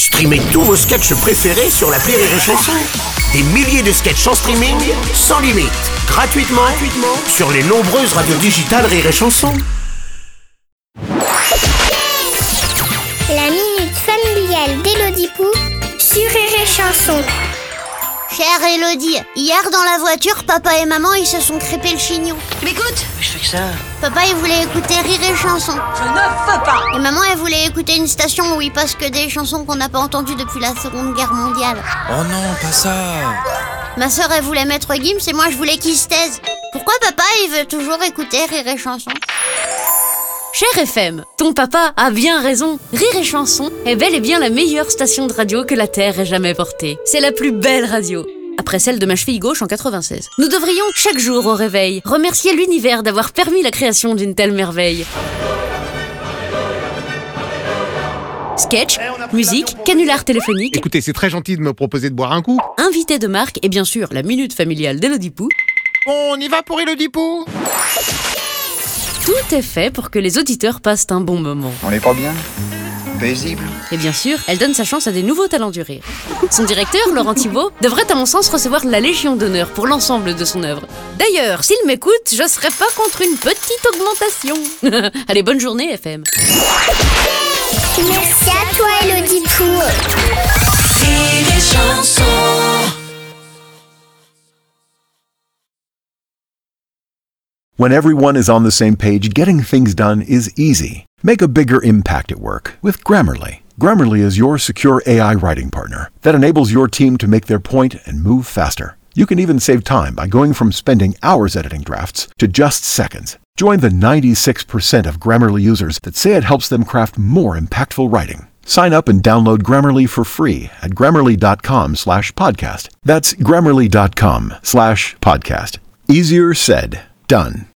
Streamez tous vos sketchs préférés sur l'appli Rire et Chanson. Des milliers de sketchs en streaming, sans limite, gratuitement sur les nombreuses radios digitales Rire et Chanson. La minute familiale d'Élodie Pou sur Rire et Chanson. Chère Élodie, hier dans la voiture, papa et maman ils se sont crêpés le chignon. M'écoute, je fais que ça. Papa il voulait écouter Rire et Chanson. Je ne veux pas. Et maman elle voulait écouter une station où il passe que des chansons qu'on n'a pas entendues depuis la Seconde Guerre mondiale. Oh non, pas ça. Ma sœur elle voulait mettre Gims et moi je voulais qu'il se taise. Pourquoi papa il veut toujours écouter Rire et Chanson? Cher FM, ton papa a bien raison. Rire et Chanson est bel et bien la meilleure station de radio que la Terre ait jamais portée. C'est la plus belle radio, après celle de ma cheville gauche en 96. Nous devrions, chaque jour au réveil, remercier l'univers d'avoir permis la création d'une telle merveille. Sketch, musique, canular téléphonique. Écoutez, c'est très gentil de me proposer de boire un coup. Invité de marque et bien sûr la minute familiale d'Élodie Pou. On y va pour Élodie Pou. Tout est fait pour que les auditeurs passent un bon moment. On n'est pas bien? Paisible? Et bien sûr, elle donne sa chance à des nouveaux talents du rire. Son directeur, Laurent Thibault, devrait à mon sens recevoir la Légion d'honneur pour l'ensemble de son œuvre. D'ailleurs, s'il m'écoute, je serais pas contre une petite augmentation. Allez, bonne journée FM. Merci à toi Élodie Pou. Rire et Chanson. When everyone is on the same page, getting things done is easy. Make a bigger impact at work with Grammarly. Grammarly is your secure AI writing partner that enables your team to make their point and move faster. You can even save time by going from spending hours editing drafts to just seconds. Join the 96% of Grammarly users that say it helps them craft more impactful writing. Sign up and download Grammarly for free at Grammarly.com/podcast. That's Grammarly.com/podcast. Easier said, done.